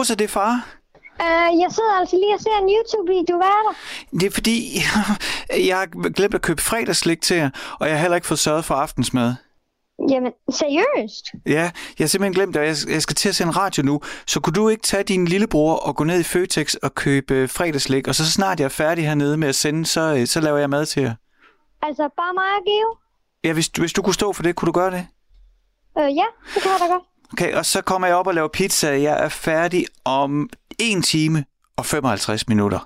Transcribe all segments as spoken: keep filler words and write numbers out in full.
Rosa, det er far. Uh, jeg sidder altså lige og ser en YouTube-video. Hvad er der? Det er fordi, jeg har glemt at købe fredagsslik til jer, og jeg har heller ikke fået sørget for aftensmad. Jamen, seriøst? Ja, jeg har simpelthen glemt det, og jeg, jeg skal til at sende radio nu. Så kunne du ikke tage din lillebror og gå ned i Føtex og købe fredagsslik, og så snart jeg er færdig hernede med at sende, så, så laver jeg mad til jer. Altså, bare mig og Geo? Ja, hvis, hvis du kunne stå for det, kunne du gøre det? Øh, ja, det kan jeg da godt. Okay, og så kommer jeg op og laver pizza. Jeg er færdig om en time og femoghalvtreds minutter.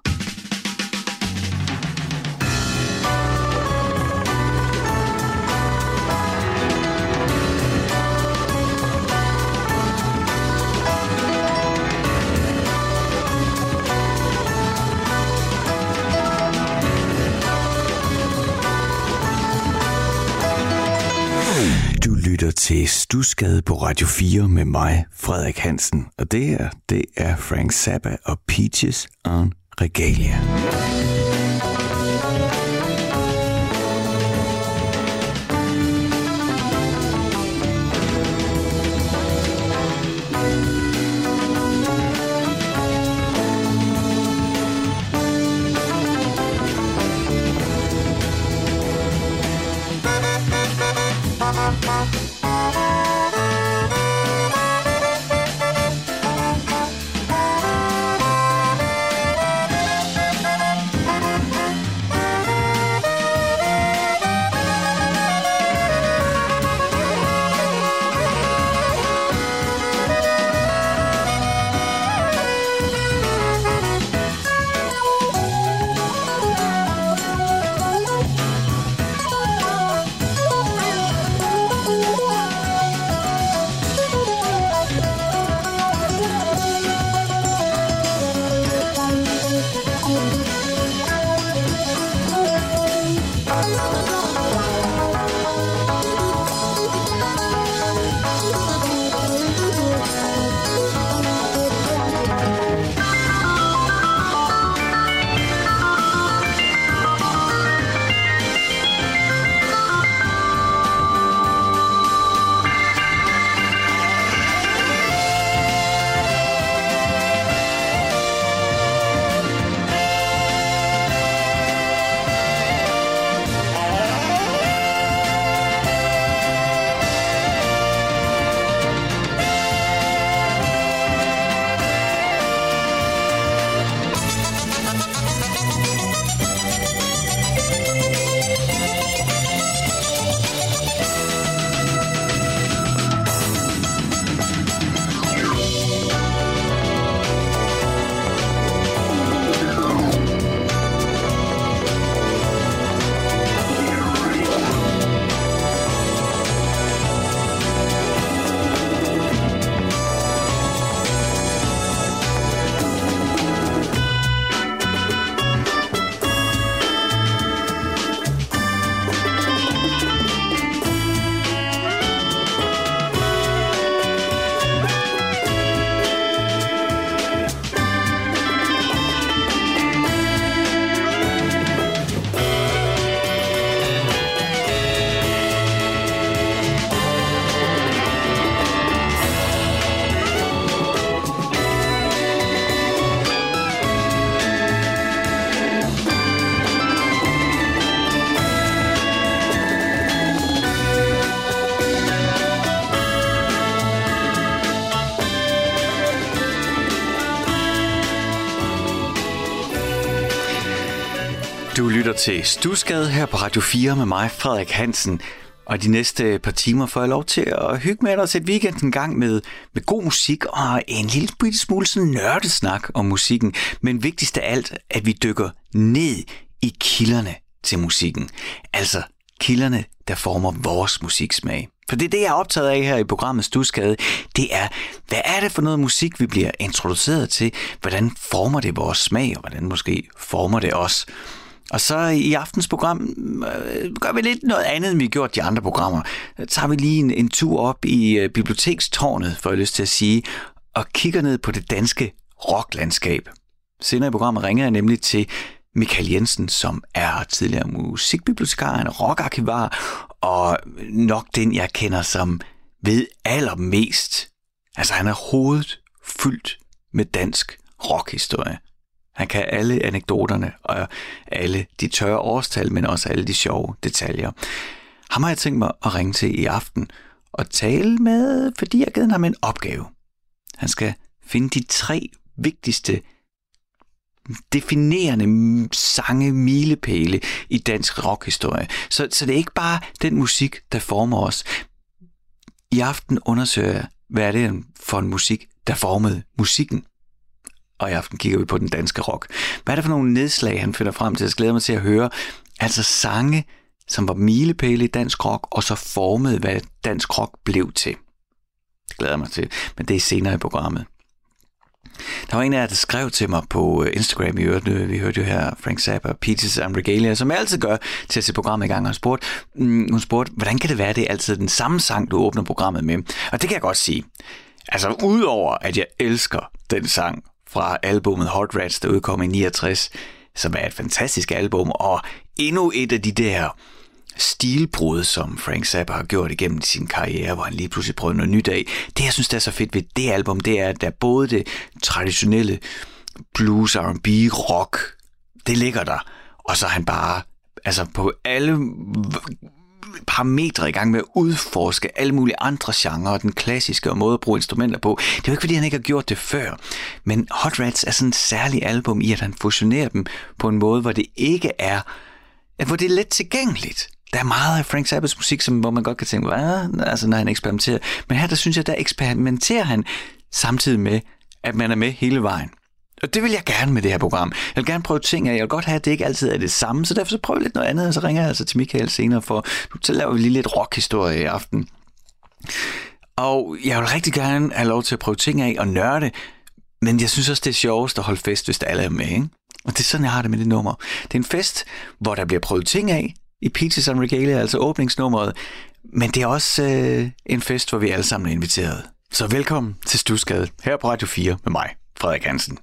Du lytter til Studsgade på Radio fire med mig, Frederik Hansen. Og det her, det er Frank Zappa og Peaches on Regalia. Du lytter til Studsgade her på Radio fire med mig, Frederik Hansen. Og de næste par timer får jeg lov til at hygge med dig og sætte weekenden en gang med, med god musik og en lille bitte smule sådan nørdesnak om musikken. Men vigtigst af alt, at vi dykker ned i kilderne til musikken. Altså kilderne, der former vores musiksmag. For det er det, jeg er optaget af her i programmet Studsgade. Det er, hvad er det for noget musik, vi bliver introduceret til? Hvordan former det vores smag, og hvordan måske former det os? Og så i aftens program øh, gør vi lidt noget andet, end vi har gjort de andre programmer. Så tager vi lige en, en tur op i øh, bibliotekstårnet, får jeg lyst til at sige, og kigger ned på det danske rocklandskab. Senere i programmet ringer jeg nemlig til Michael Jensen, som er tidligere musikbibliotekar, en rockarkivar, og nok den, jeg kender som ved allermest. Altså han er hovedet fyldt med dansk rockhistorie. Han kan alle anekdoterne og alle de tørre årstal, men også alle de sjove detaljer. Ham har jeg tænkt mig at ringe til i aften og tale med, fordi jeg har givet ham en opgave. Han skal finde de tre vigtigste definerende sange, milepæle i dansk rockhistorie. Så, så det er ikke bare den musik, der former os. I aften undersøger jeg, hvad er det for en musik, der formede musikken. Og i aften kigger vi på den danske rock. Hvad er det for nogle nedslag, han finder frem til? Jeg glæder mig til at høre. Altså sange, som var milepæle i dansk rock, og så formede, hvad dansk rock blev til. Det glæder jeg mig til, men det er senere i programmet. Der var en af jer, der skrev til mig på Instagram, i øvrigt, vi hørte jo her Frank Zappa, Peaches and Regalia, som jeg altid gør til at se programmet i gang, og spurgte, mm, hun spurgte, hvordan kan det være, det er altid den samme sang, du åbner programmet med? Og det kan jeg godt sige. Altså, udover at jeg elsker den sang fra albumet Hot Rats, der udkom i niogtres, som er et fantastisk album, og endnu et af de der stilbrud, som Frank Zappa har gjort igennem sin karriere, hvor han lige pludselig prøvede noget nyt af. Det, jeg synes, der er så fedt ved det album, det er, at der både det traditionelle blues, R and B, rock, det ligger der, og så er han bare altså på alle parametre i gang med at udforske alle mulige andre genrer, og den klassiske måde at bruge instrumenter på. Det er jo ikke, fordi han ikke har gjort det før, men Hot Rats er sådan et særligt album i, at han fusionerer dem på en måde, hvor det ikke er, hvor det er let tilgængeligt. Der er meget af Frank Zappas musik, som, hvor man godt kan tænke, hvad? Altså, når han eksperimenterer. Men her, der synes jeg, der eksperimenterer han samtidig med, at man er med hele vejen. Og det vil jeg gerne med det her program. Jeg vil gerne prøve ting af. Jeg vil godt have, at det ikke altid er det samme, så derfor så prøv lidt noget andet, og så ringer jeg altså til Michael senere, for nu så laver vi lige lidt rockhistorie i aften. Og jeg vil rigtig gerne have lov til at prøve ting af og nørde, men jeg synes også, det er sjovest at holde fest, hvis alle er med, ikke? Og det er sådan, jeg har det med det nummer. Det er en fest, hvor der bliver prøvet ting af i Peaches and Regalia, altså åbningsnummeret, men det er også øh, en fest, hvor vi alle sammen er inviteret. Så velkommen til Stusgade, her på Radio fire med mig, Frederik Hansen.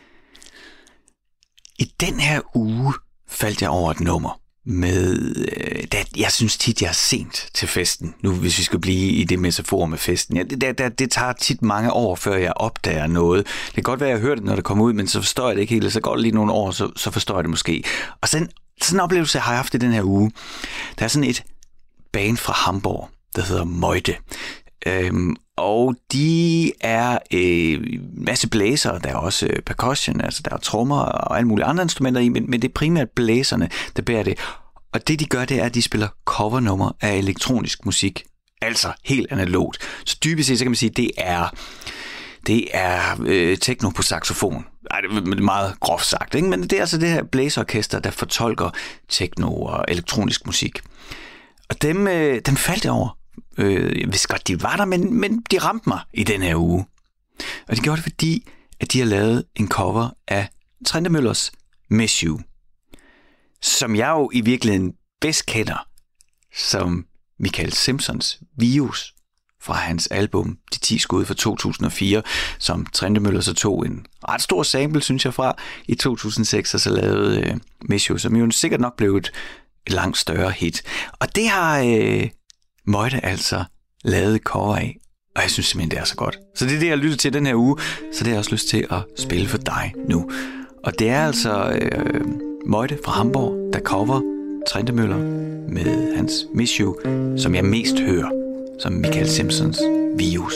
I den her uge faldt jeg over et nummer med, øh, det, jeg synes tit, jeg er sent til festen. Nu, hvis vi skal blive i det metafor med festen. Ja, det, det, det tager tit mange år, før jeg opdager noget. Det kan godt være, at jeg hører det, når det kommer ud, men så forstår jeg det ikke helt. Så går det lige nogle år, så, så forstår jeg det måske. Og sådan, sådan en oplevelse har jeg haft i den her uge. Der er sådan et band fra Hamburg, der hedder Meute. Øhm, og de er øh, en masse blæsere, der er også øh, percussion, altså der er trommer og alle mulige andre instrumenter i, men, men det er primært blæserne, der bærer det. Og det de gør, det er, at de spiller covernummer af elektronisk musik, altså helt analogt. Så dybest set, så kan man sige, det er det er øh, techno på saxofon. Ej, det er meget groft sagt, ikke? Men det er altså det her blæseorkester, der fortolker techno og elektronisk musik. Og dem, øh, dem faldt jeg over. Øh, jeg vidste godt, de var der, men, men de ramte mig i den her uge. Og de gjorde det, fordi at de har lavet en cover af Trentemøllers Miss You, som jeg jo i virkeligheden bedst kender som Michael Simpsons Virus fra hans album De ti skud fra to tusind og fire, som Trentemøller så tog en ret stor sample, synes jeg, fra i to tusind og seks, og så lavede øh, Miss You, som jo sikkert nok blev et, et langt større hit. Og det har øh, Meute altså lavet cover af, og jeg synes simpelthen, det er så godt. Så det er det, jeg lytter til den her uge, så det har jeg også lyst til at spille for dig nu. Og det er altså øh, Meute fra Hamburg, der cover Trentemøller med hans Miss You, som jeg mest hører som Michael Simpsons Virus.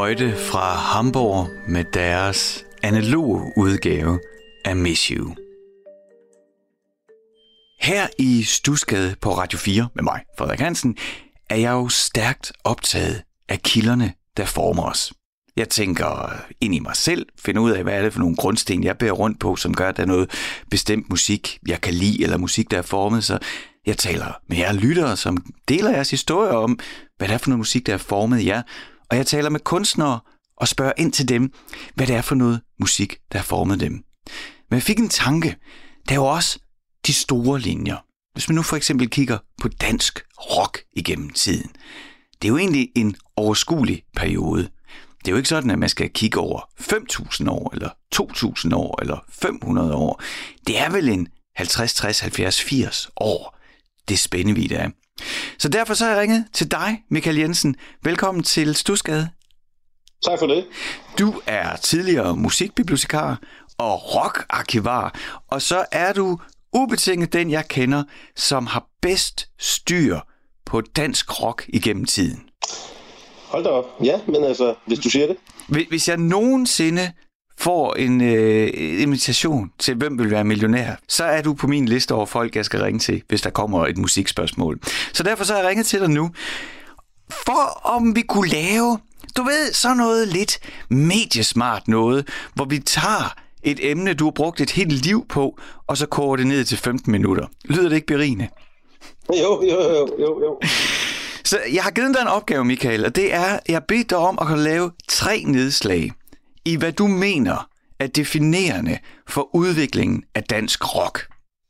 Meute fra Hamburg med deres analoge udgave af Miss You. Her i Studsgade på Radio fire med mig, Frederik Hansen, er jeg jo stærkt optaget af kilderne, der former os. Jeg tænker ind i mig selv, finder ud af, hvad er det for nogle grundsten, jeg bærer rundt på, som gør, at der er noget bestemt musik, jeg kan lide, eller musik, der er formet sig. Jeg taler med jer lyttere, som deler jeres historier om, hvad det er for noget musik, der er formet jer. Og jeg taler med kunstnere og spørger ind til dem, hvad det er for noget musik, der har formet dem. Men jeg fik en tanke. Der er jo også de store linjer. Hvis man nu for eksempel kigger på dansk rock igennem tiden. Det er jo egentlig en overskuelig periode. Det er jo ikke sådan, at man skal kigge over fem tusind år, eller to tusind år, eller fem hundrede år. Det er vel en halvtreds, tres, halvfjerds, firs år, det spændevidde er. Så derfor så har jeg ringet til dig, Michael Jensen. Velkommen til Studsgade. Tak for det. Du er tidligere musikbibliotekar og rockarkivar, og så er du ubetinget den, jeg kender, som har bedst styr på dansk rock igennem tiden. Hold da op. Ja, men altså, hvis du siger det. Hvis jeg nogensinde får en øh, invitation til, hvem vil være millionær, så er du på min liste over folk, jeg skal ringe til, hvis der kommer et musikspørgsmål. Så derfor så har jeg ringet til dig nu, for om vi kunne lave, du ved, sådan noget lidt mediesmart noget, hvor vi tager et emne, du har brugt et helt liv på, og så koger det ned til femten minutter. Lyder det ikke berigende? Jo, jo, jo, jo, jo. Så jeg har givet dig en opgave, Michael, og det er, jeg beder dig om at lave tre nedslag i, hvad du mener er definerende for udviklingen af dansk rock.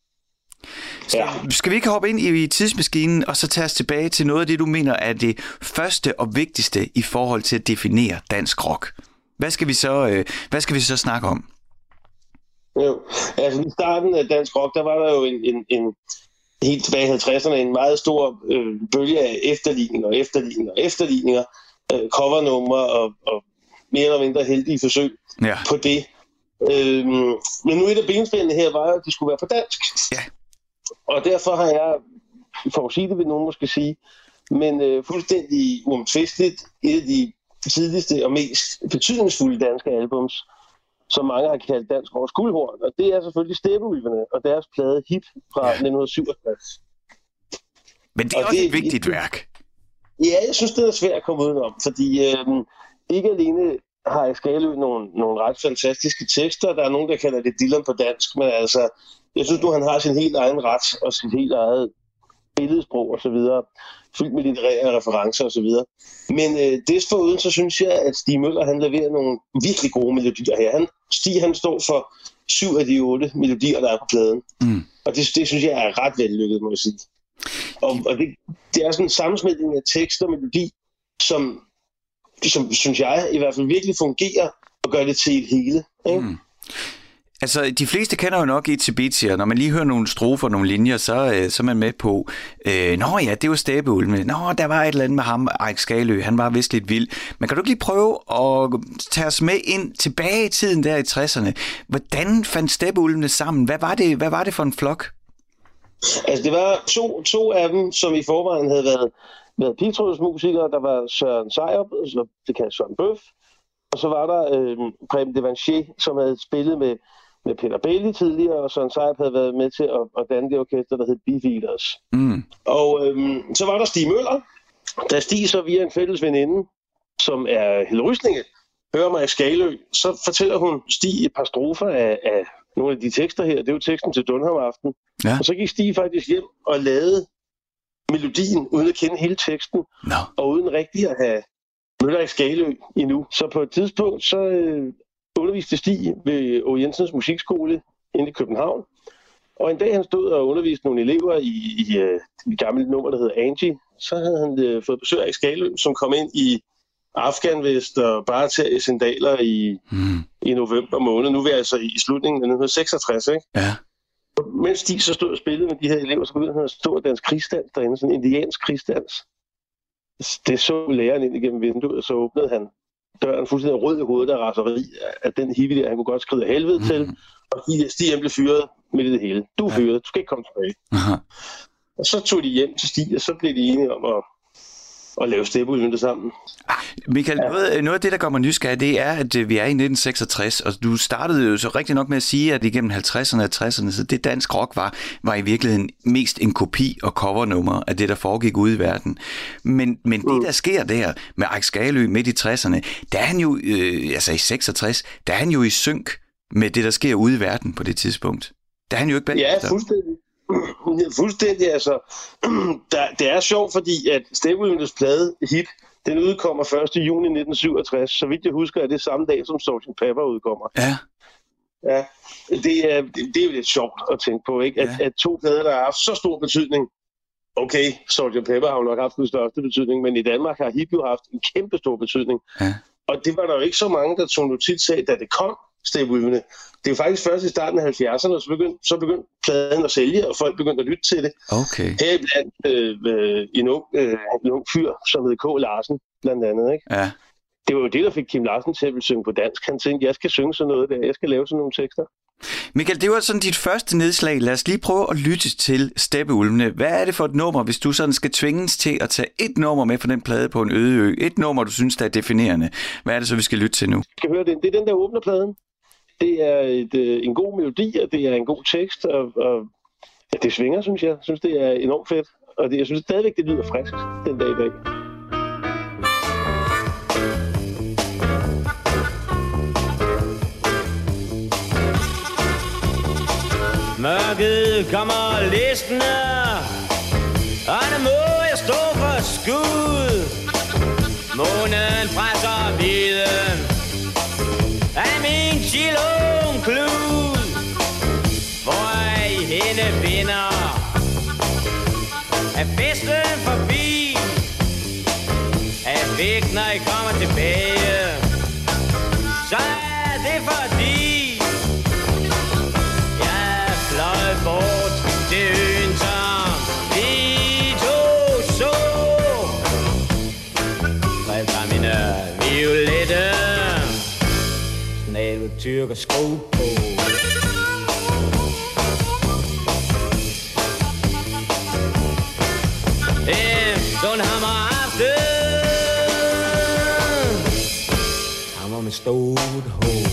Så ja. Skal vi ikke hoppe ind i tidsmaskinen, og så tage os tilbage til noget af det, du mener er det første og vigtigste i forhold til at definere dansk rock? Hvad skal vi så, øh, hvad skal vi så snakke om? Jo, altså i starten af dansk rock, der var der jo en, en, en helt tilbage i halvtredserne en meget stor øh, bølge af efterligninger og efterligninger og efterligninger, øh, covernumre og, og mere eller mindre heldige forsøg ja. på det. Øhm, men nu et af benspændene her var, at det skulle være på dansk. Ja. Og derfor har jeg, for at sige det vil nogen måske sige, men øh, fuldstændig uomtvisteligt et af de tidligste og mest betydningsfulde danske albums, som mange har kaldt dansk rocks guldhorn. Og det er selvfølgelig Steppeulvene og deres plade Hip fra ja. nitten syvogtres. Men det er og også det, et vigtigt værk. Ja, jeg synes, det er svært at komme udenom, fordi øh, ikke alene har jeg Skalø nogle, nogle ret fantastiske tekster. Der er nogen, der kalder det Dylan på dansk, men altså, jeg synes nu, han har sin helt egen ret og sin helt eget billedsprog og så videre, fyldt med litterære referencer og så videre. Men øh, desforuden, så synes jeg, at Stig Møller, han leverer nogle virkelig gode melodier her. Han, Stig, han står for syv af de otte melodier, der er på pladen. Mm. Og det, det synes jeg er ret vellykket, må jeg sige. Og, og det, det er sådan en sammensmeltning af tekst og melodi, som, som synes jeg i hvert fald virkelig fungerer og gør det til et hele. Ikke? Mm. Altså, de fleste kender jo nok Itsy Bitsy, og når man lige hører nogle strofer, nogle linjer, så, øh, så er man med på, øh, nå ja, det var Steppeulvene, nå, der var et eller andet med ham, Erik Skalø, han var vist lidt vild. Men kan du ikke lige prøve at tage os med ind tilbage i tiden der i tresserne? Hvordan fandt Steppeulvene sammen? Hvad var det, hvad var det for en flok? Altså, det var to, to af dem, som i forvejen havde været, været pigtrådsmusikere. Der var Søren Sejerup, så det kaldes Søren Bøf, og så var der øh, Preben Devanché, som havde spillet med med Peter Bailey tidligere, og Søren Sejerup havde været med til at, at danne det orkester, der hed Beefeaters. Mm. Og øhm, så var der Stig Møller, der Stig så via en fælles veninde, som er Helle Ryslinge, hører mig i Skalø, så fortæller hun Stig et par strofer af, af nogle af de tekster her. Det er jo teksten til Dunham-aften. Ja. Og så gik Stig faktisk hjem og lavede melodien, uden at kende hele teksten, no. og uden rigtig at have Møller i Skalø endnu. Så på et tidspunkt, så øh, underviste Stig ved O. Jensens musikskole inde i København. Og en dag han stod og underviste nogle elever i, i, i et gammelt nummer, der hedder Angie. Så havde han øh, fået besøg af Skalø, som kom ind i afghanvest og bare til sandaler i, mm. i november måned. Nu er vi altså i slutningen af nitten seksogtres, ikke? Ja. Mens Stig så stod og spillede med de her elever, så begyndte han at stå og danse krigsdans derinde, sådan en indiansk krigsdans. Det så læreren ind igennem vinduet, og så åbnede han døren fuldstændig rød i hovedet af raseri af den hippie der, han kunne godt skride af helvede mm. til, og Stig blev fyret midt i det hele. Du er fyret, ja. Du skal ikke komme tilbage. Aha. Og så tog de hjem til Stig, og så blev de enige om at at lave Steppeulvene sammen. Michael, ja. noget, noget af det, der gør mig nysgerrig, det er, at vi er i nitten seksogtres, og du startede jo så rigtig nok med at sige, at igennem halvtredserne og tresserne, så det dansk rock var, var i virkeligheden mest en kopi og covernummer af det, der foregik ude i verden. Men, men mm. det, der sker der med Eik Skaløe midt i tresserne, der er han jo, øh, altså i seksogtres, der er han jo i synk med det, der sker ude i verden på det tidspunkt. Der er han jo ikke bagefter. Ja, fuldstændig. Fuldstændig, altså. Der, det er sjovt, fordi at Steppeulvenes plade hit, den udkommer første juni nitten syvogtres. Så vidt jeg husker, er det samme dag, som sergeant Pepper udkommer. Ja. Ja, det er, det, det er jo lidt sjovt at tænke på, ikke? At, ja. at to plader, der har haft så stor betydning. Okay, sergeant Pepper har jo nok haft den største betydning, men i Danmark har hip jo haft en kæmpe stor betydning. Ja. Og det var der jo ikke så mange, der tog notits af, da det kom, Steppeulvene. Det er jo faktisk først i starten af halvfjerdserne, så begyndte, så begyndte pladen at sælge, og folk begyndte at lytte til det. Okay. Her blandt øh, øh, en, ung, øh, en ung fyr, som hed K. Larsen, blandt andet. Ikke? Ja. Det var jo det, der fik Kim Larsen til at synge på dansk. Han tænkte, jeg skal synge sådan noget der, jeg skal lave sådan nogle tekster. Michael, det var sådan dit første nedslag. Lad os lige prøve at lytte til Steppeulvene. Hvad er det for et nummer, hvis du sådan skal tvinges til at tage et nummer med fra den plade på en øde ø? Et nummer, du synes, der er definerende. Hvad er det så, vi skal lytte til nu? Jeg skal høre det. Det er den, der åbner pladen. Det er et, en god melodi, og det er en god tekst, og, og ja, det svinger, synes jeg. Jeg synes, det er enormt fedt. Og det, jeg synes stadigvæk, det lyder frisk den dag i dag. Mørket kommer listende, og nu må jeg stå for skud. Månen presser viden af min chilonklud, hvor I hende vinder er festen forbi. Er væk, når I kommer tilbage, så er det fordi fløj bort til øen, som vi to så. Drev fra mine violette, snabel tyrker sko på. En sundhammer aften, hammer med stort hår.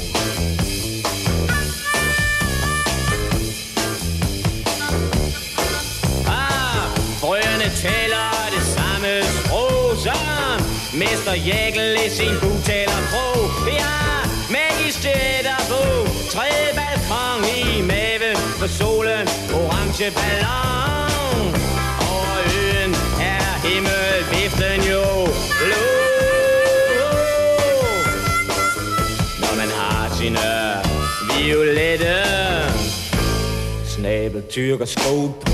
Taler det samme sprog som Mester Jekyll i sin butalerkrog. Vi har magisk jætter på tredje balkon i maven på solen, orange ballon. Over øen er himmelviften jo blå. Når man har sine violette snabel tyrker sko på.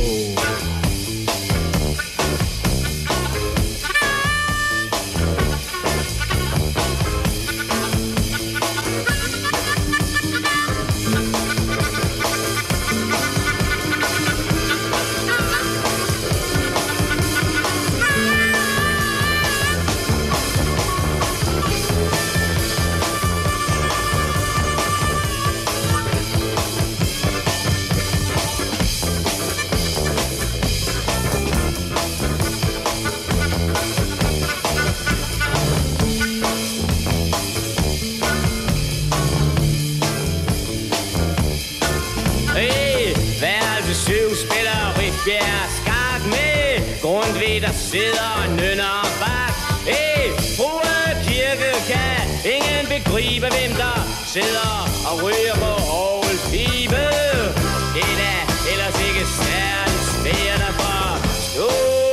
Der sidder og nynner bak. Hey, Frue Kirke kan ingen begribe, hvem der sidder og ryger på orgelpibe. Det er da ellers ikke særligt svært at forstå,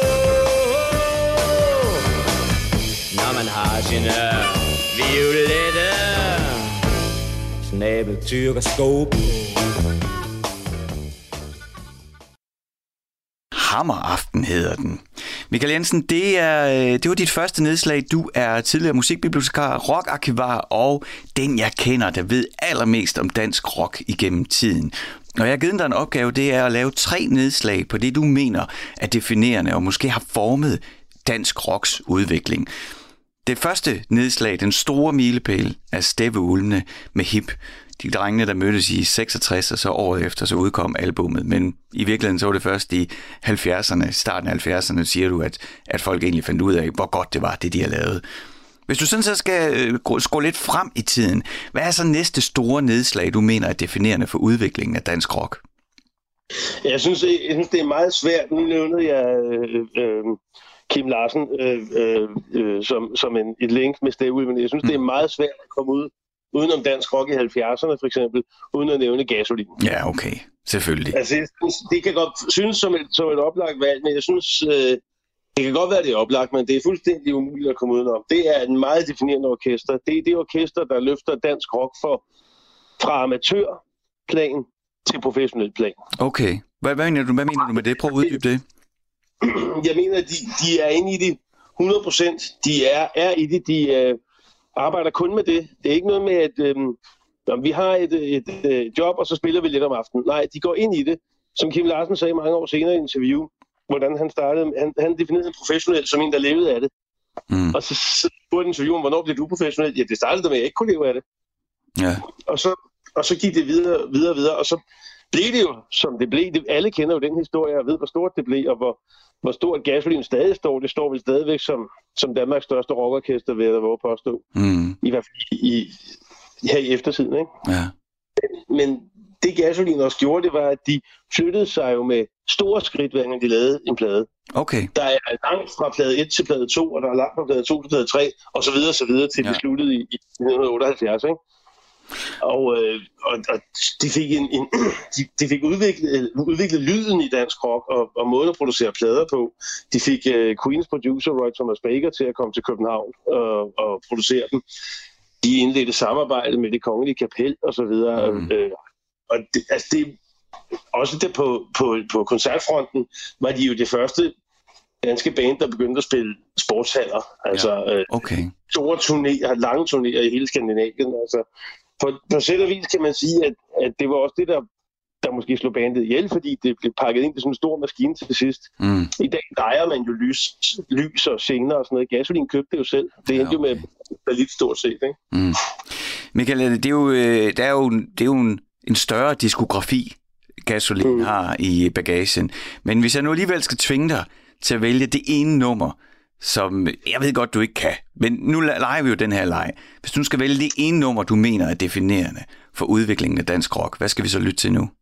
når man har sine violette snabel tyrker sko på. Hammeraften hedder den. Michael Jensen, det, er, det var dit første nedslag. Du er tidligere musikbibliotekar, rockarkivar og den, jeg kender, der ved allermest om dansk rock igennem tiden. Og jeg har givet dig en opgave, det er at lave tre nedslag på det, du mener er definerende og måske har formet dansk rocks udvikling. Det første nedslag, den store milepæl, er Steppeulvene med Hip. De drengene, der mødtes i seksogtres, og så året efter, så udkom albummet. Men i virkeligheden så var det først i halvfjerdserne, starten af halvfjerdserne, siger du, at, at folk egentlig fandt ud af, hvor godt det var, det de har lavet. Hvis du sådan så skal gå, gå lidt frem i tiden, hvad er så næste store nedslag, du mener er definerende for udviklingen af dansk rock? Jeg synes, jeg synes det er meget svært. Nu nævnede jeg øh, øh, Kim Larsen øh, øh, øh, som, som en, et link med Steppeulvene. Jeg synes, mm. det er meget svært at komme ud udenom dansk rock i halvfjerdserne for eksempel, uden at nævne Gasolin. Ja, okay. Selvfølgelig. Altså, jeg synes, det kan godt synes som et, som et oplagt valg, men jeg synes, øh, det kan godt være, det er oplagt, men det er fuldstændig umuligt at komme udenom. Det er en meget definerende orkester. Det er det orkester, der løfter dansk rock for, fra amatørplan til professionel plan. Okay. Hvad, hvad, mener du, hvad mener du med det? Prøv at uddybe det. Jeg mener, at de, de er inde i det hundrede procent. De er, er i det. De øh, arbejder kun med det. Det er ikke noget med, at øh, vi har et, et, et job, og så spiller vi lidt om aftenen. Nej, de går ind i det. Som Kim Larsen sagde mange år senere i en interview, hvordan han startede. Han, han definerede professionelt som en, der levede af det. Mm. Og så, så spurgte interviewen, hvornår blev du professionel? Ja, det startede med, at jeg ikke kunne leve af det. Ja. Og så, og så gik det videre, videre, videre, og så blev det jo, som det blev. Det, alle kender jo den historie, og ved, hvor stort det blev, og hvor, hvor stort Gasolin stadig står. Det står vel stadigvæk som, som Danmarks største rockorkester, vil jeg da våge påstå. Mm. I hvert fald i, i, her i eftertiden, ikke? Ja. Men det Gasolin også gjorde, det var, at de flyttede sig jo med store skridt, hver gang de lavede en plade. Okay. Der er langt fra plade et til plade to, og der er langt fra plade to til plade tre, og så videre, så videre, til ja. de sluttede i, i nitten otteoghalvfjerds, ikke? Og, øh, og, og de fik, en, en, de, de fik udviklet, udviklet lyden i dansk rock og, og måden at producere plader på. De fik øh, Queens producer Roy Thomas Baker til at komme til København og, og producere dem. De indledte samarbejde med Det Kongelige Kapel og så videre. Mm. Øh, og det, altså det, også det på, på, på koncertfronten var de jo det første danske band, der begyndte at spille sportshaller. Altså ja. okay. øh, store turnéer, lange turnéer i hele Skandinavien. Altså På, på sæt og vis kan man sige, at, at det var også det, der, der måske slog bandet ihjel, fordi det blev pakket ind i sådan en stor maskine til sidst. Mm. I dag ejer man jo lys, lys og scener og sådan noget. Gasolin købte det jo selv. Det endte ja, okay. jo med lidt stort set, ikke? Mm. Michael, det er jo, det er jo, det er jo en, en større diskografi, Gasolin mm. har i bagagen. Men hvis jeg nu alligevel skal tvinge dig til at vælge det ene nummer, som jeg ved godt, du ikke kan, men nu leger vi jo den her leg. Hvis du skal vælge det ene nummer, du mener er definerende for udviklingen af dansk rock, hvad skal vi så lytte til nu?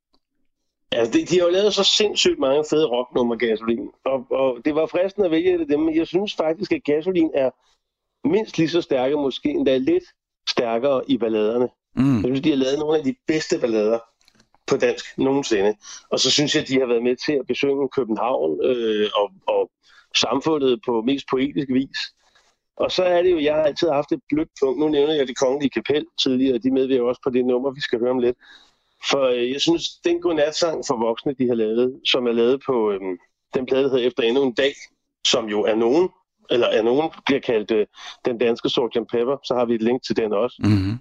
Ja, de, de har jo lavet så sindssygt mange fede rocknumre, Gasolin, og, og det var fristende at vælge det dem, men jeg synes faktisk, at Gasolin er mindst lige så stærke, måske endda lidt stærkere i balladerne. Mm. Jeg synes, de har lavet nogle af de bedste ballader på dansk nogensinde, og så synes jeg, at de har været med til at besynge København øh, og, og samfundet på mest poetisk vis. Og så er det jo, jeg har altid haft et blødt punkt. Nu nævner jeg Det Kongelige Kapel tidligere, de medvirker også på det nummer, vi skal høre om lidt. For øh, jeg synes, den godnatsang for voksne, de har lavet, som er lavet på øh, den plade, der hedder Efter endnu en dag, som jo er nogen, eller er nogen, bliver kaldt øh, den danske sergeant Pepper, så har vi et link til den også. Mm-hmm.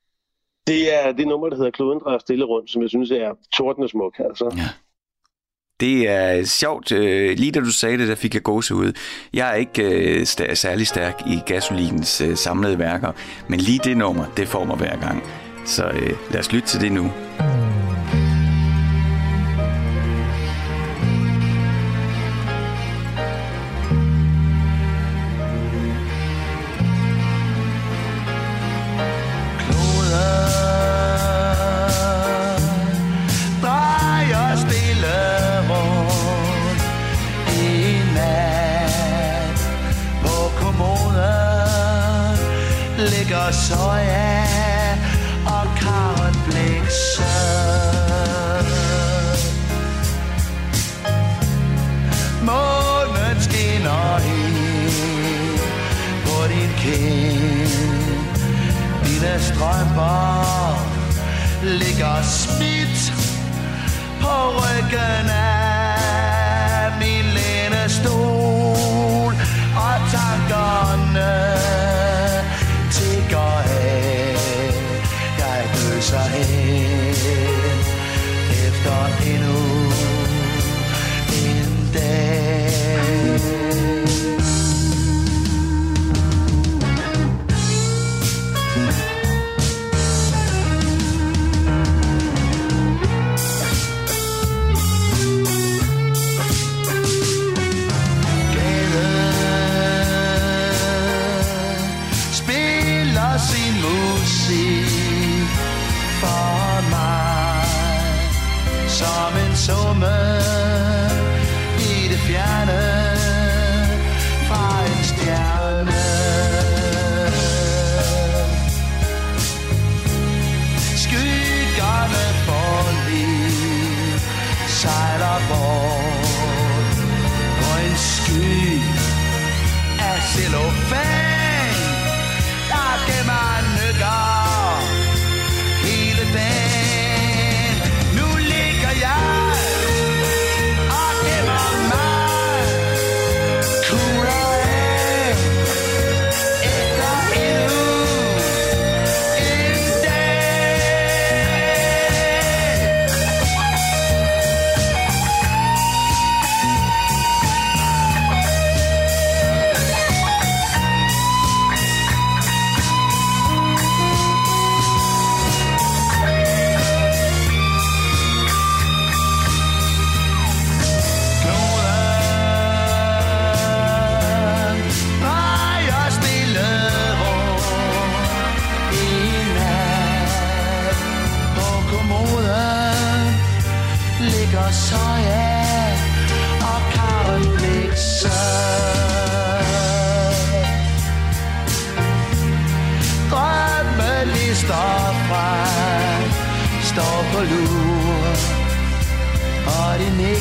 Det er det nummer, der hedder Kloden drejer stille rundt, som jeg synes er tordende smuk, altså. Ja. Det er sjovt. Lige da du sagde det, der fik jeg gåsehud. Jeg er ikke øh, st- særlig stærk i Gasolins øh, samlede værker, men lige det nummer, det får mig hver gang. Så øh, lad os lytte til det nu. Soja og Karen Bliksen. Månen skinner ind på din kind. Dine strømper ligger smidt på ryggen af min lænestol, og tankerne så hen efter endnu en dag.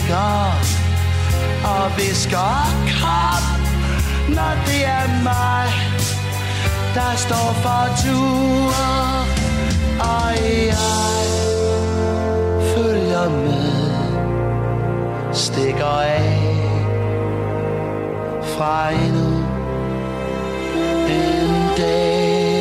visker og visker kom, når det er mig, der står for tur, og jeg følger med, stikker af fra endnu en dag.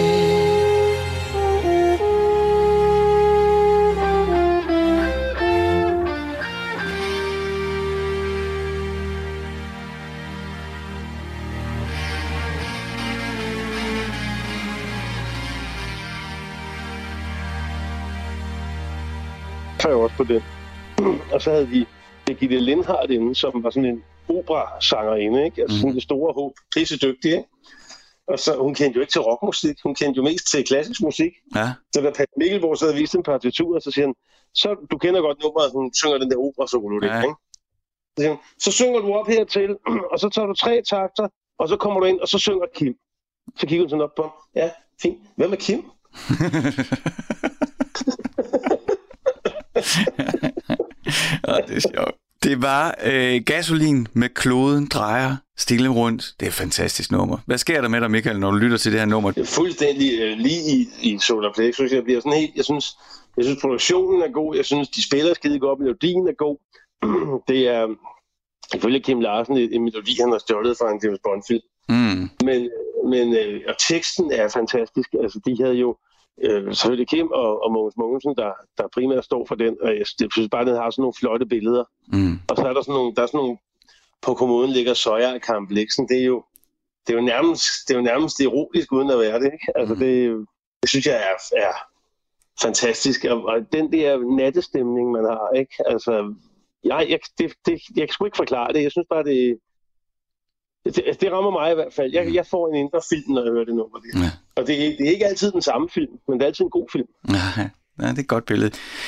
Jeg også på det. Og så havde de Birgitte Lindhardt inde, som var sådan en operasangerinde, ikke? Altså sådan det store håb, prisedygtig, ikke? Og så, hun kendte jo ikke til rockmusik, hun kendte jo mest til klassisk musik. Ja. Så da Pat Mikkelborg så havde vist en partitur, så siger han, så du kender godt nummeret, hun synger den der opera-solo, ja. Ikke? Så, siger han, så synger du op hertil, og så tager du tre takter, og så kommer du ind, og så synger Kim. Så kigger hun sådan op på ham. Ja, fint. Hvem er Kim? Ja, det er sjovt. Det var øh, Gasolin med Kloden drejer stille rundt. Det er et fantastisk nummer. Hvad sker der med dig, Michael, når du lytter til det her nummer? Det er fuldstændig øh, lige i, i Solarplex. Jeg bliver sådan helt, jeg synes, jeg synes produktionen er god. Jeg synes, de spiller skide godt. Melodien er god. Det er ifølge Kim Larsen en, en melodi, han har stjålet fra en James Bond-film. Mm. Men, men øh, og teksten er fantastisk. Altså, de havde jo Øh, selvfølgelig Kim og, og Mogens Mogensen, der, der primært står for den, og jeg synes bare, den har sådan nogle flotte billeder. Mm. Og så er der sådan nogle, der er sådan nogle, på kommoden ligger Soja og Karen Blixen. Det er jo, det er jo nærmest, det er jo nærmest erotisk uden at være det, ikke? Altså, mm. det, det synes jeg er, er fantastisk. Og, og den der nattestemning, man har, ikke? Altså, jeg, jeg, det, det, jeg kan sgu ikke forklare det. Jeg synes bare, det Det, det rammer mig i hvert fald. Jeg, jeg får en indre film, når jeg hører det nummer. Ja. Og det, det er ikke altid den samme film, men det er altid en god film. Ja, ja, det er et godt billede.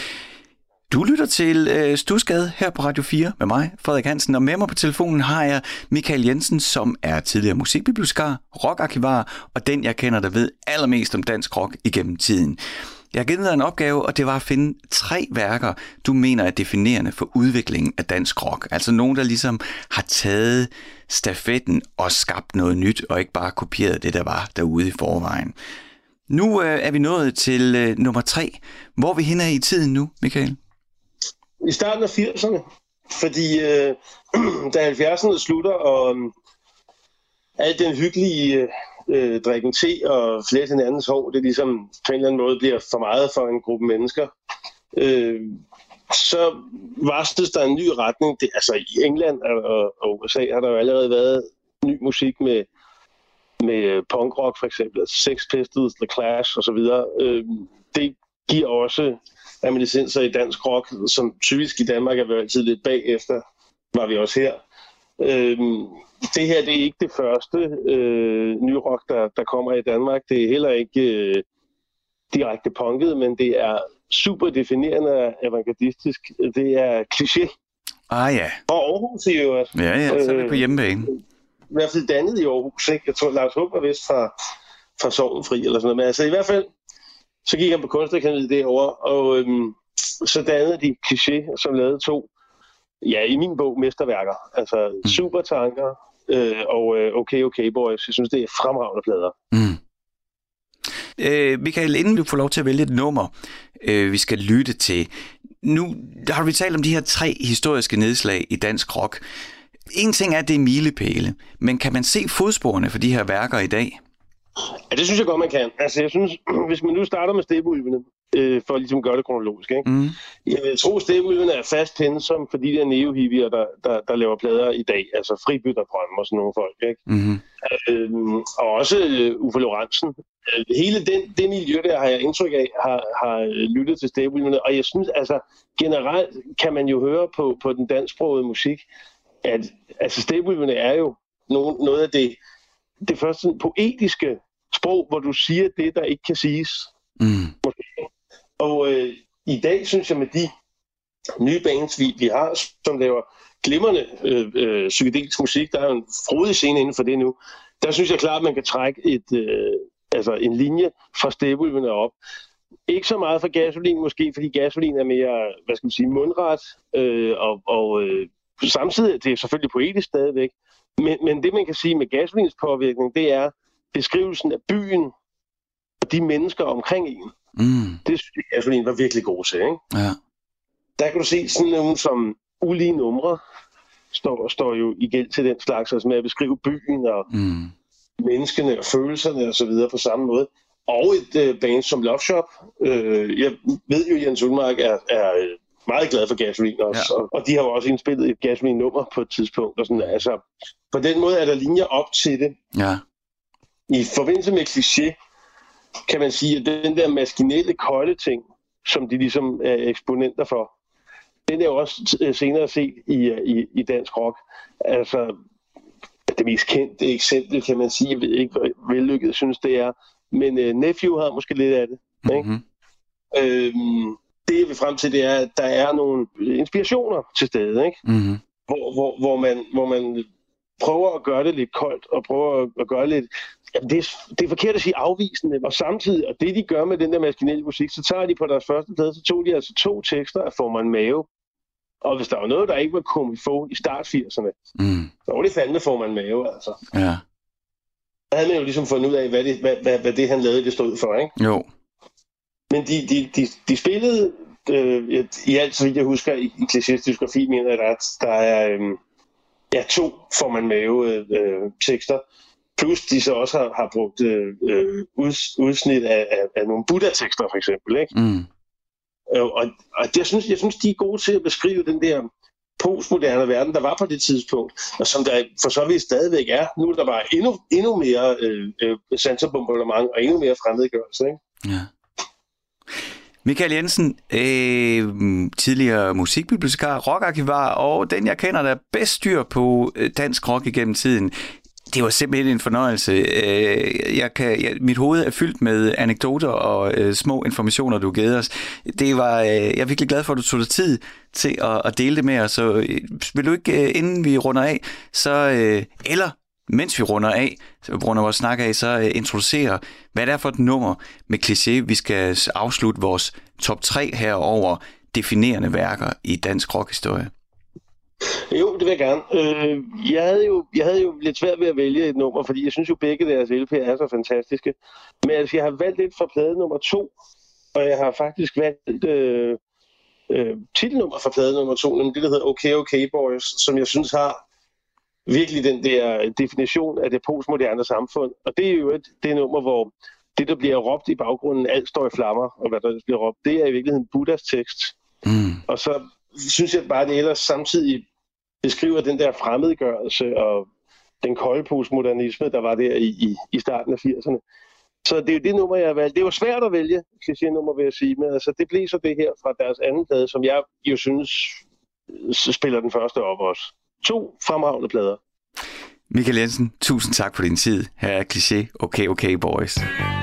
Du lytter til øh, Stusgade her på Radio fire med mig, Frederik Hansen, og med mig på telefonen har jeg Michael Jensen, som er tidligere musikbibliotekar, rockarkivar, og den, jeg kender, der ved allermest om dansk rock igennem tiden. Jeg har givet dig en opgave, og det var at finde tre værker, du mener er definerende for udviklingen af dansk rock. Altså nogen, der ligesom har taget stafetten og skabt noget nyt, og ikke bare kopieret det, der var derude i forvejen. Nu øh, er vi nået til øh, nummer tre. Hvor er vi henne i tiden nu, Michael? I starten af firserne. Fordi øh, da halvfjerdserne slutter, og øh, al den hyggelige øh, drikken te og flæt hinandens hår, det ligesom på en eller anden måde bliver for meget for en gruppe mennesker, øh, så varsles der en ny retning. Det, altså i England og, og U S A har der jo allerede været ny musik med, med punkrock for eksempel, altså Sex Pistols, The Clash osv. Øh, det giver også reminiscenser i dansk rock, som typisk i Danmark er vi altid lidt bagefter, var vi også her. Øh, det her det er ikke det første øh, ny rock, der, der kommer i Danmark. Det er heller ikke øh, direkte punket, men det er super definerende avantgardistisk. Det er kliché. Ah ja. Og Aarhus i øvrigt. Ja, ja, så er vi på hjemmebane. I hvert fald dannet i Aarhus, ikke? Jeg tror, Lars Hug var vist fra, fra Sorgenfri eller sådan noget. Men altså i hvert fald, så gik han på kunstakademiet derovre, og øhm, så dannede de Kliché, som lavede to, ja, i min bog, mesterværker. Altså mm. Supertanker øh, og øh, Okay Okay Boys. Jeg synes, det er fremragende plader. Mm. Øh, Michael, inden du får lov til at vælge et nummer, øh, vi skal lytte til. Nu har vi talt om de her tre historiske nedslag i dansk rock. En ting er, at det er milepæle, men kan man se fodsporene for de her værker i dag? Ja, det synes jeg godt, man kan. Altså, jeg synes, hvis man nu starter med Steppeulvene, øh, for at ligesom gøre det kronologisk, ikke? Mm. Jeg vil tro, at Steppeulvene er fast pensum for de der neo-hippier, der, der, der laver plader i dag. Altså fribytterdrømme og sådan nogle folk, ikke? Mm-hmm. Øh, og også øh, Uffe Lorentzen. Hele den, det miljø der, har jeg indtryk af, har, har lyttet til Steppeulvene. Og jeg synes, altså, generelt kan man jo høre på, på den dansksprogede musik, at altså, Steppeulvene er jo nogen, noget af det, det første poetiske sprog, hvor du siger det, der ikke kan siges. Mm. Og øh, i dag synes jeg med de nye bands, vi, vi har, som laver glimrende øh, øh, psykedelisk musik, der er jo en frodig scene inden for det nu, der synes jeg klart, at man kan trække et, øh, altså en linje fra Steppeulvene op. Ikke så meget for Gasolin måske, fordi Gasolin er mere, hvad skal man sige, mundret, øh, og, og øh, samtidig det er selvfølgelig poetisk stadigvæk. Men, men det, man kan sige med Gasolins påvirkning, det er beskrivelsen af byen og de mennesker omkring en. Mm. Det synes jeg, Gasolin var virkelig god til, ikke? Ja. Der kan du se sådan nogle som ulige numre, står, står jo i gæld til den slags, altså med at beskrive byen og mm. menneskene og følelserne og så videre på samme måde. Og et øh, band som Love Shop. Øh, jeg ved jo, at Jens Unmark er, er meget glad for Gasolin også, ja. og, og de har jo også indspillet et Gasolin-nummer på et tidspunkt. Og sådan, altså, på den måde er der linjer op til det. Ja. I forbindelse med Kliché, kan man sige, at den der maskinelle kolde ting, som de ligesom er eksponenter for, den er jo også senere set i, i, i dansk rock. Altså, det mest kendte eksempel, kan man sige, jeg ved ikke, hvor vellykket jeg synes, det er, men uh, Nephew har måske lidt af det. Ikke? Mm-hmm. Øhm, det jeg vil frem til, det er, at der er nogle inspirationer til stede, ikke? Mm-hmm. Hvor, hvor, hvor, man, hvor man prøver at gøre det lidt koldt, og prøver at, at gøre lidt... Jamen, det, er, det er forkert at sige afvisende, og samtidig, og det de gør med den der maskinelle musik, så tager de på deres første plade, så tog de altså to tekster af Får man mave. Og hvis der var noget, der ikke var kommet få i start firserne, mm. så var det fandme Får man mave, altså. Ja. Der havde man jo ligesom fundet ud af, hvad det, hvad, hvad, hvad det han lavede, det stod for, ikke? Jo. Men de, de, de, de spillede, øh, i alt, så vidt jeg husker, i, i Klichés diskografi, mener jeg, at der er øh, ja, to Får man mave øh, tekster. Plus de så også har, har brugt øh, uds, udsnit af, af, af nogle Buddha-tekster, for eksempel, ikke? Mm. Og, og det, jeg, synes, jeg synes, de er gode til at beskrive den der postmoderne verden, der var på det tidspunkt, og som der for så vidt stadigvæk er. Nu er der bare endnu, endnu mere øh, øh, sanserbombardement og endnu mere fremmedgørelse, ikke? Ja. Michael Jensen, øh, tidligere musikbibliotekar, rockarkivar, og den jeg kender, der er bedst styr på dansk rock igennem tiden. Det var simpelthen en fornøjelse. Jeg kan, jeg, mit hoved er fyldt med anekdoter og øh, små informationer, du gav os. Det var, øh, jeg er virkelig glad for, at du tog dig tid til at, at dele det med os. Så øh, vil du ikke, øh, inden vi runder af, så, øh, eller mens vi runder af, så vi runder vores snak af, så øh, introducere, hvad det er for et nummer med Kliché, vi skal afslutte vores top tre her over definerende værker i dansk rockhistorie. Jo, det vil jeg gerne. Øh, jeg, havde jo, jeg havde jo lidt svært ved at vælge et nummer, fordi jeg synes jo begge deres L P'er er så fantastiske. Men altså, jeg har valgt et fra plade nummer to, og jeg har faktisk valgt øh, øh, titelnummer fra plade nummer to, nemlig det, der hedder Okay Okay Boys, som jeg synes har virkelig den der definition af det postmoderne samfund. Og det er jo et det nummer, hvor det, der bliver råbt i baggrunden, alt står i flammer, og hvad der bliver råbt, det er i virkeligheden Buddhas tekst. Mm. Og så synes jeg bare, det ellers samtidig beskriver den der fremmedgørelse og den kolde postmodernisme, der var der i, i, i starten af firserne. Så det er jo det nummer, jeg har valgt. Det var svært at vælge, Kliché-nummer, vil jeg sige, men altså, det blev så det her fra deres anden plade, som jeg jo synes spiller den første op også. To fremragende plader. Michael Jensen, tusind tak for din tid. Her er Kliché, Okay Okay Boys.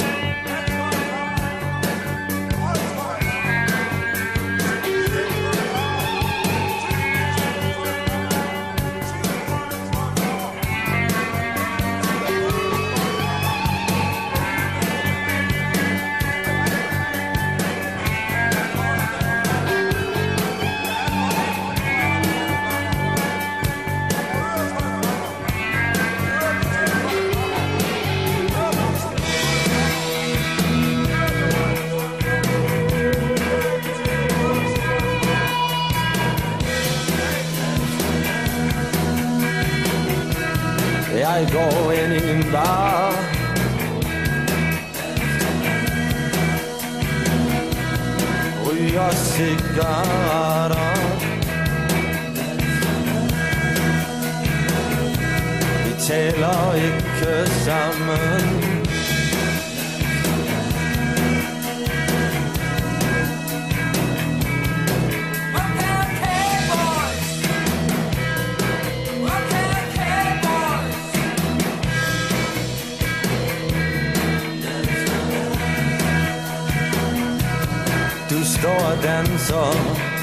Jeg går ind i en bar, ryger cigaretter, vi taler ikke sammen. Du står og danser,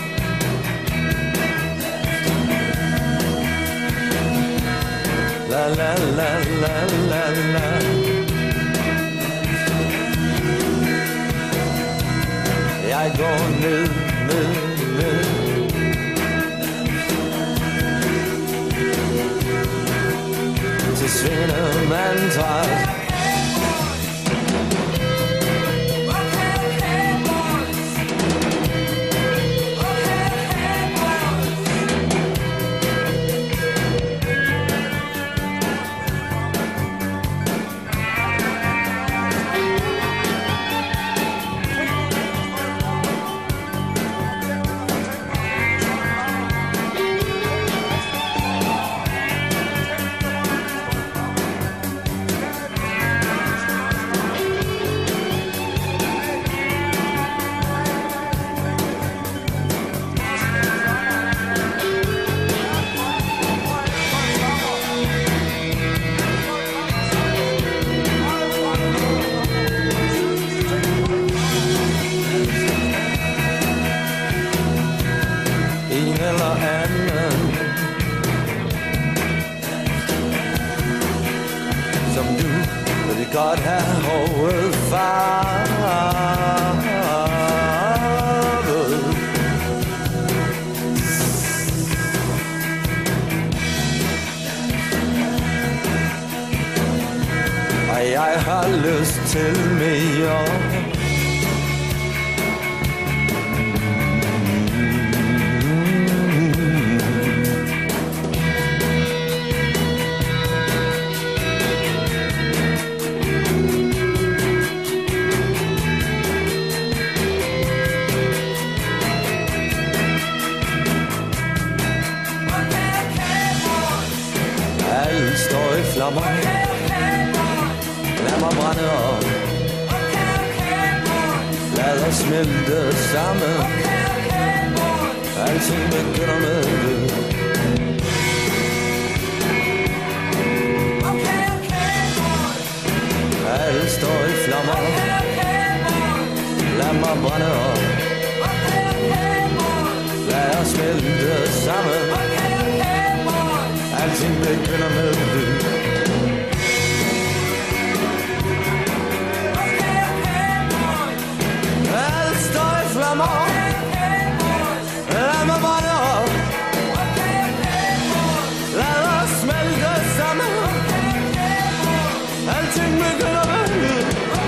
la la la la la la. jeg går ned, ned, ned. Til Svinemandræt. godt have hovedet farvet. Og jeg har lyst til mere. Lad mig brænde op. Lad os smelte sammen. Alting begynder med det. Alt står i flammer. Lad mig brænde op. Lad os smelte sammen. Alting begynder med det. Lad mig brænde op. Lad os smelte sammen. Alting begynder med lyd.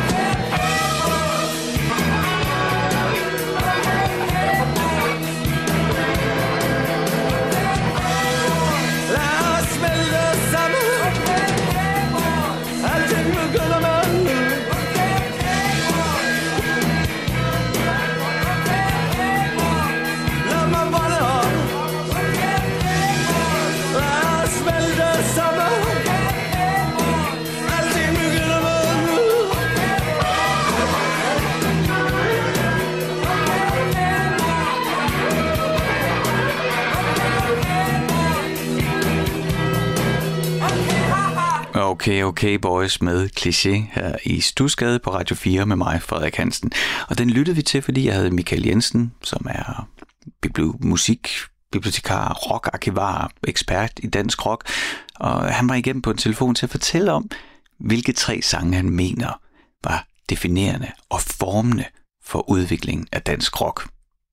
Lad os smelte sammen. Alting begynder med lyd. Okay, okay boys med Kliché her i Studsgade på Radio fire med mig, Frederik Hansen. Og den lyttede vi til, fordi jeg havde Michael Jensen, som er bibli- musik, bibliotekar, rockarkivar, ekspert i dansk rock. Og han var igennem på en telefon til at fortælle om, hvilke tre sange han mener var definerende og formende for udviklingen af dansk rock.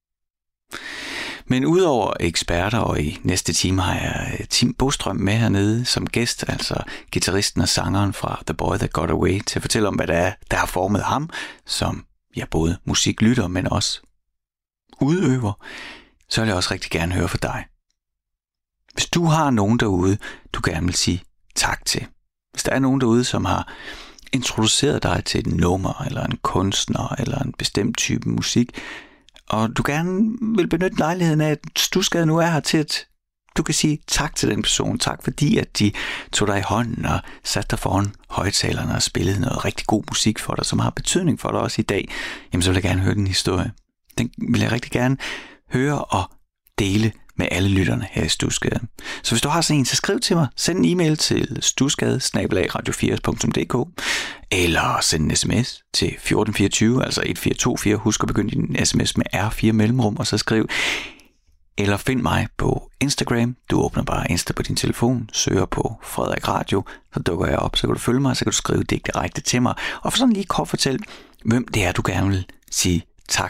Men udover eksperter, og i næste time har jeg Tim Bostrøm med hernede som gæst, altså guitaristen og sangeren fra The Boy That Got Away, til at fortælle om, hvad det er, der har formet ham, som ja, både musiklytter, men også udøver, så vil jeg også rigtig gerne høre fra dig. Hvis du har nogen derude, du gerne vil sige tak til. Hvis der er nogen derude, som har introduceret dig til et nummer, eller en kunstner, eller en bestemt type musik, og du gerne vil benytte lejligheden af, at Studsgade nu er her til, at du kan sige tak til den person. Tak fordi, at de tog dig i hånden og satte dig foran højtalerne og spillede noget rigtig god musik for dig, som har betydning for dig også i dag. Jamen, så vil jeg gerne høre den historie. Den vil jeg rigtig gerne høre og dele med alle lytterne her i Studsgade. Så hvis du har sådan en, så skriv til mig. Send en e-mail til studsgade snabel-a radio fire punktum d k eller send en sms til fjorten fireogtyve, altså et fire to fire. Husk at begynde din sms med R fire mellemrum, og så skriv. Eller find mig på Instagram. Du åbner bare Insta på din telefon, søger på Frederik Radio, så dukker jeg op, så kan du følge mig, så kan du skrive det direkte til mig, og for sådan lige kort fortælle, hvem det er, du gerne vil sige tak til.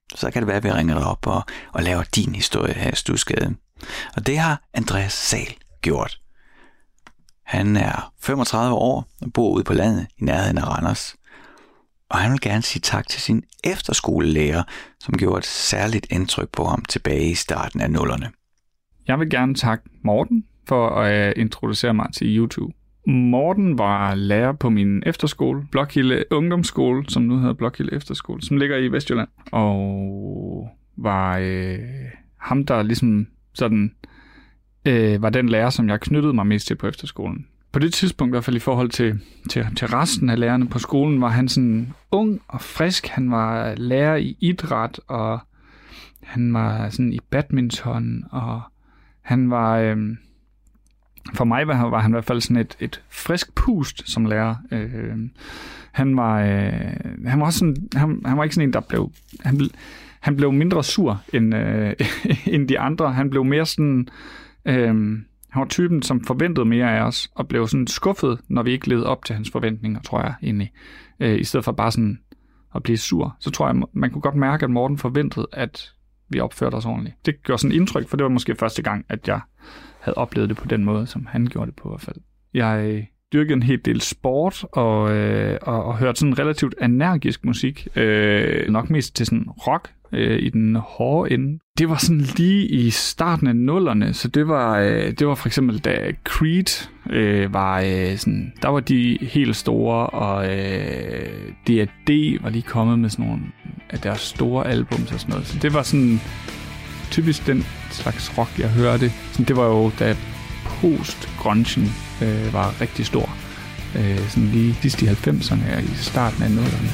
så kan det være, at vi ringer dig op og, og laver din historie her i Studsgade. Og det har Andreas Zahl gjort. Han er femogtredive år og bor ude på landet i nærheden af Randers. Og han vil gerne sige tak til sin efterskolelærer, som gjorde et særligt indtryk på ham tilbage i starten af nullerne. Jeg vil gerne takke Morten for at introducere mig til YouTube. Morten var lærer på min efterskole, Blokhilde Ungdomsskole, som nu hedder Blokhilde Efterskole, som ligger i Vestjylland. Og var øh, ham, der ligesom sådan, øh, var den lærer, som jeg knyttede mig mest til på efterskolen. På det tidspunkt, i hvert fald i forhold til, til, til resten af lærerne på skolen, var han sådan ung og frisk. Han var lærer i idræt, og han var sådan i badminton, og han var... Øh, For mig var, var han i hvert fald sådan et, et frisk pust som lærer. Øh, han var øh, han var også sådan, han, han var ikke sådan en, der blev han, ble, han blev mindre sur end øh, end de andre. Han blev mere sådan øh, han var typen, som forventede mere af os og blev sådan skuffet, når vi ikke levede op til hans forventninger, tror jeg egentlig. Øh, I stedet for bare sådan at blive sur, så tror jeg man kunne godt mærke, at Morten forventede, at vi opførte os ordentligt. Det gjorde sådan indtryk, for det var måske første gang, at jeg havde oplevet det på den måde, som han gjorde det på i hvert fald. Jeg dyrkede en hel del sport, og, øh, og, og hørte sådan relativt energisk musik. Øh, nok mest til sådan rock øh, i den hårde ende. Det var sådan lige i starten af nullerne, så det var, øh, det var for eksempel, da Creed øh, var øh, sådan, der var de helt store, og øh, D og D var lige kommet med sådan nogle af deres store albums og sådan noget. Så det var sådan typisk den slags rock, jeg hørte. Det var jo, da post-grungen øh, var rigtig stor. Øh, sådan lige sidst i halvfemserne og i starten af nullerne.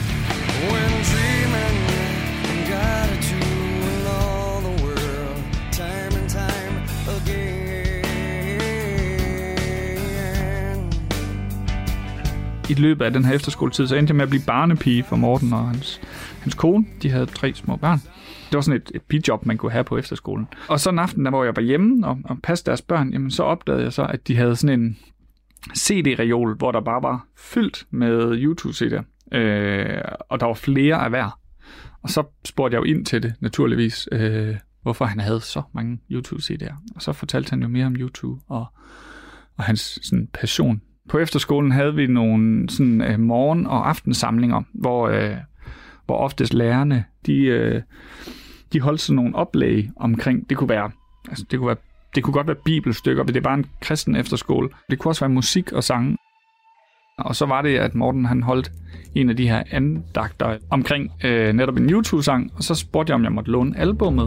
I løbet af den her efterskoletid, så endte jeg med at blive barnepige for Morten og hans, hans kone. De havde tre små børn. Det var sådan et, et pigjob, man kunne have på efterskolen. Og så en aften, der hvor jeg var hjemme og, og passede deres børn, jamen så opdagede jeg så, at de havde sådan en C D-reol, hvor der bare var fyldt med YouTube-C D'er. Øh, og der var flere af hver. Og så spurgte jeg jo ind til det, naturligvis, øh, hvorfor han havde så mange YouTube-C D'er. Og så fortalte han jo mere om YouTube og, og hans sådan, passion. På efterskolen havde vi nogle sådan, øh, morgen- og aftensamlinger, hvor, øh, hvor oftest lærerne, de... Øh, De holdt sådan nogle oplæg omkring, det kunne være, altså det kunne være, det kunne godt være bibelstykker, men det er bare en kristen efterskole. Det kunne også være musik og sang. Og så var det, at Morten han holdt en af de her andagter omkring øh, netop en YouTube-sang, og så spurgte jeg, om jeg måtte låne albummet.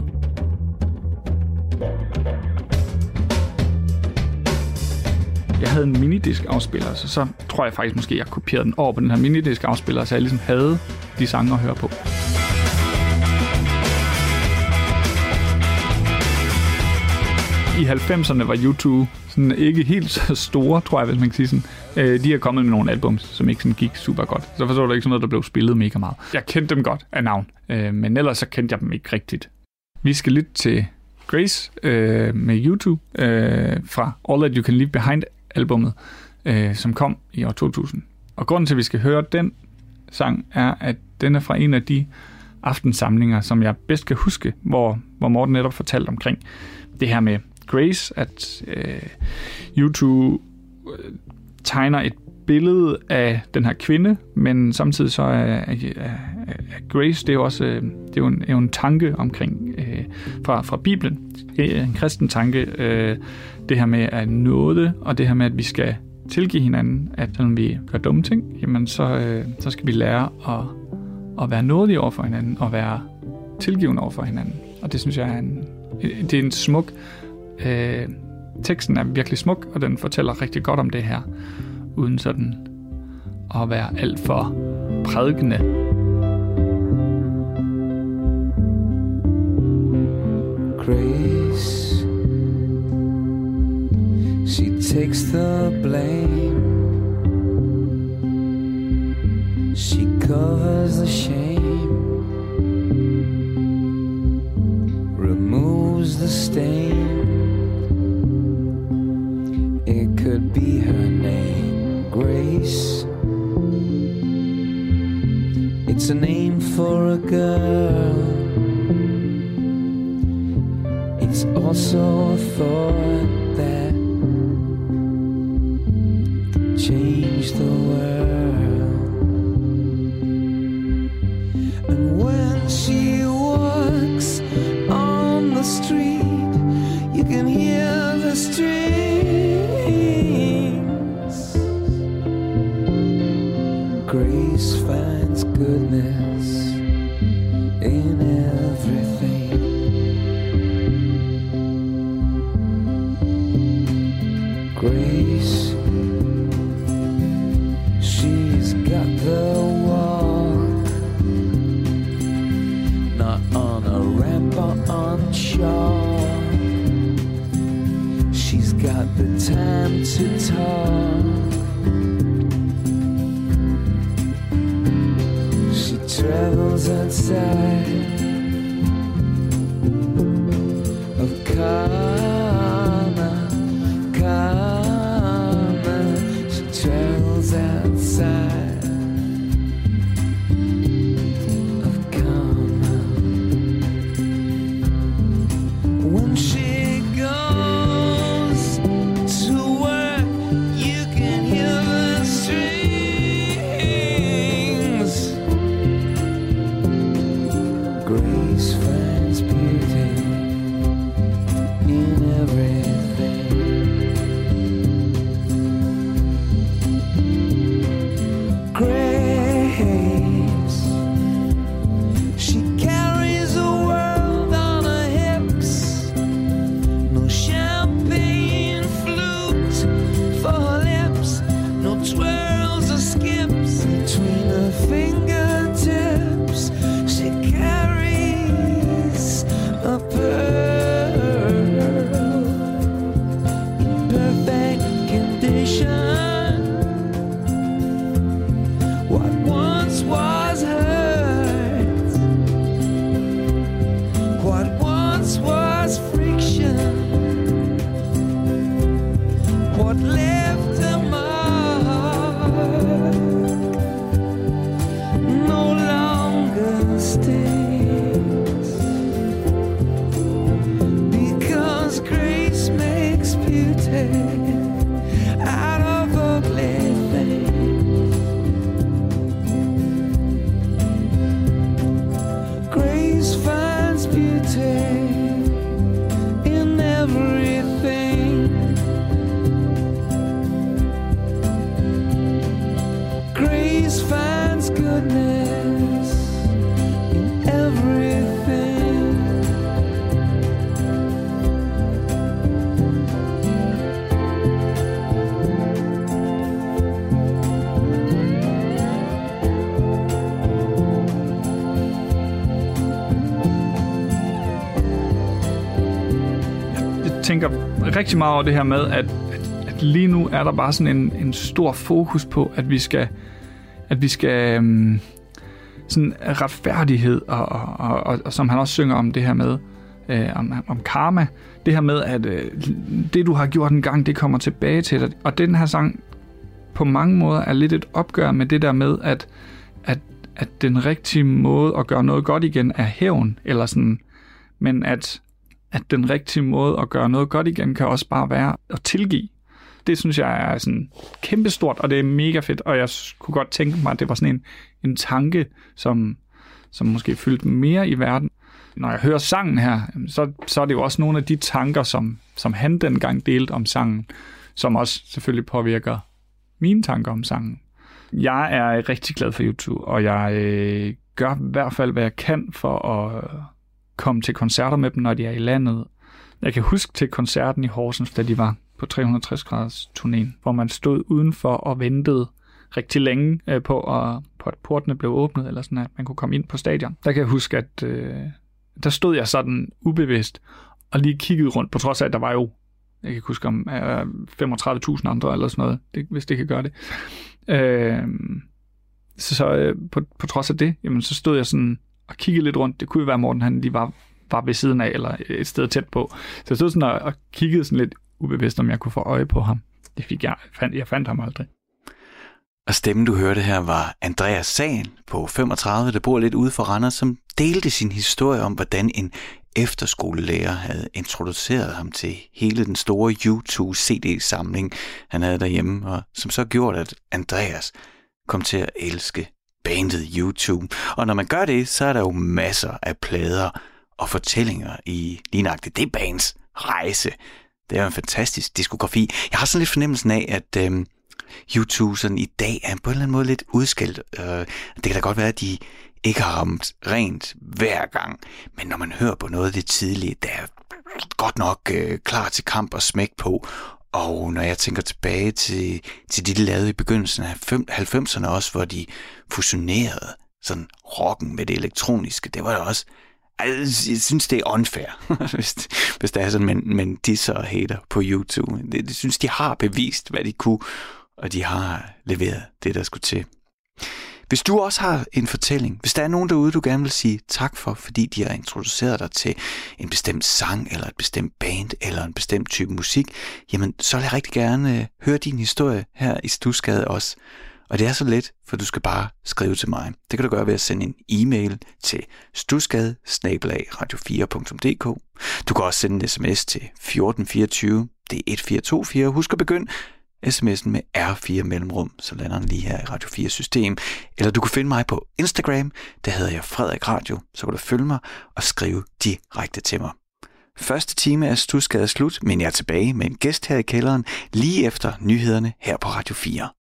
Jeg havde en minidisk-afspiller, så så tror jeg faktisk måske, jeg kopierede den over på den her minidisk-afspiller, så jeg ligesom havde de sange at høre på. I halvfemserne var YouTube sådan ikke helt så store, tror jeg, hvis man kan sige sådan. Øh, de er kommet med nogle albums, som ikke sådan gik super godt. Så forstår du ikke sådan noget, der blev spillet mega meget. Jeg kendte dem godt af navn, øh, men ellers så kendte jeg dem ikke rigtigt. Vi skal lytte til Grace øh, med YouTube øh, fra All That You Can Leave Behind albummet, øh, som kom i år to tusind. Og grunden til, at vi skal høre den sang, er, at den er fra en af de aftensamlinger, som jeg bedst kan huske, hvor, hvor Morten netop fortalte omkring det her med Grace, at øh, YouTube øh, tegner et billede af den her kvinde, men samtidig så er, er, er, er Grace, det er jo også øh, det er jo en, er jo en tanke omkring øh, fra, fra Bibelen, en kristen tanke, øh, det her med at nåde, og det her med, at vi skal tilgive hinanden, at selvom vi gør dumme ting, jamen så, øh, så skal vi lære at, at være nådige over for hinanden, og være tilgivende over for hinanden. Og det synes jeg er en, det er en smuk Øh, teksten er virkelig smuk, og den fortæller rigtig godt om det her, uden sådan at være alt for prædikende. Grace, she takes the blame, she covers the shame, removes the stain. It could be her name, Grace. It's a name for a girl saw a thought that changed the world. And when she walks on the street, you can hear the strings. Grace finds goodness in everything. Grace, she's got the walk, not on a ramp or on shore. She's got the time to talk. She travels outside of karma, karma. She travels outside of karma. When she goes to work, you can hear the strings. Grace finds beauty in everything. Grace, she carries the world on her hips. No champagne flute for her lips, no twirls or skips between her fingertips. She carries a pearl in perfect condition. What once was hurt, what once was friction, what left a mark, no longer stays. Because grace makes beauty out of ugly things. Grace finds beauty in everything. Grace finds goodness in everything. Jeg tænker rigtig meget over det her med, at, at, at lige nu er der bare sådan en, en stor fokus på, at vi skal, at vi skal um, sådan retfærdighed, og, og, og, og, og som han også synger om det her med, øh, om, om karma, det her med, at øh, det du har gjort en gang, det kommer tilbage til dig. Og den her sang på mange måder er lidt et opgør med det der med, at, at, at den rigtige måde at gøre noget godt igen er hævn, eller sådan, men at at den rigtige måde at gøre noget godt igen, kan også bare være at tilgive. Det synes jeg er sådan kæmpestort, og det er mega fedt, og jeg kunne godt tænke mig, at det var sådan en, en tanke, som, som måske fyldte mere i verden. Når jeg hører sangen her, så, så er det jo også nogle af de tanker, som, som han dengang delte om sangen, som også selvfølgelig påvirker mine tanker om sangen. Jeg er rigtig glad for YouTube, og jeg øh, gør i hvert fald, hvad jeg kan for at komme til koncerter med dem, når de er i landet. Jeg kan huske til koncerten i Horsens, da de var på tre hundrede og tres graders turnéen, hvor man stod udenfor og ventede rigtig længe øh, på, at, på, at portene blev åbnet, eller sådan, at man kunne komme ind på stadion. Der kan jeg huske, at øh, der stod jeg sådan ubevidst og lige kiggede rundt, på trods af, at der var jo, jeg kan huske om øh, femogtredive tusind andre, eller sådan noget, det, hvis det kan gøre det. Øh, så så øh, på, på trods af det, jamen, så stod jeg sådan og kiggede lidt rundt. Det kunne jo være, Morten han lige var, var ved siden af, eller et sted tæt på. Så jeg stod sådan og, og kiggede sådan lidt ubevidst, om jeg kunne få øje på ham. Det fik jeg. Jeg fandt, jeg fandt ham aldrig. Og stemmen, du hørte her, var Andreas Sagen på femogtredive, der bor lidt ude for Randers, som delte sin historie om, hvordan en efterskolelærer havde introduceret ham til hele den store YouTube C D-samling, han havde derhjemme, og som så gjorde, at Andreas kom til at elske bandet YouTube. Og når man gør det, så er der jo masser af plader og fortællinger i lige nøjagtigt det bands rejse. Det er jo en fantastisk diskografi. Jeg har sådan lidt fornemmelsen af, at øhm, YouTube sådan i dag er på en eller anden måde lidt udskilt. Øh, det kan da godt være, at de ikke har ramt rent hver gang. Men når man hører på noget af det tidlige, der er godt nok øh, klar til kamp og smæk på. Og når jeg tænker tilbage til, til det, de lavede i begyndelsen af halvfemserne også, hvor de fusionerede sådan rocken med det elektroniske, det var da også... Altså, jeg synes, det er unfair, hvis, hvis der er sådan, man, man disser og hater på YouTube. Det, det synes, de har bevist, hvad de kunne, og de har leveret det, der skulle til. Hvis du også har en fortælling, hvis der er nogen derude, du gerne vil sige tak for, fordi de har introduceret dig til en bestemt sang, eller et bestemt band, eller en bestemt type musik, jamen så vil jeg rigtig gerne øh, høre din historie her i Studsgade også. Og det er så let, for du skal bare skrive til mig. Det kan du gøre ved at sende en e-mail til studsgade bindestreg radio fire punktum d k. Du kan også sende en sms til fjorten fireogtyve. Det er et fire to fire. Husk at begynde sms'en med R fire mellemrum, så lander den lige her i Radio fire system. Eller du kan finde mig på Instagram. Der hedder jeg Frederik Radio. Så kan du følge mig og skrive direkte til mig. Første time er Studsgade slut, men jeg er tilbage med en gæst her i kælderen lige efter nyhederne her på Radio fire.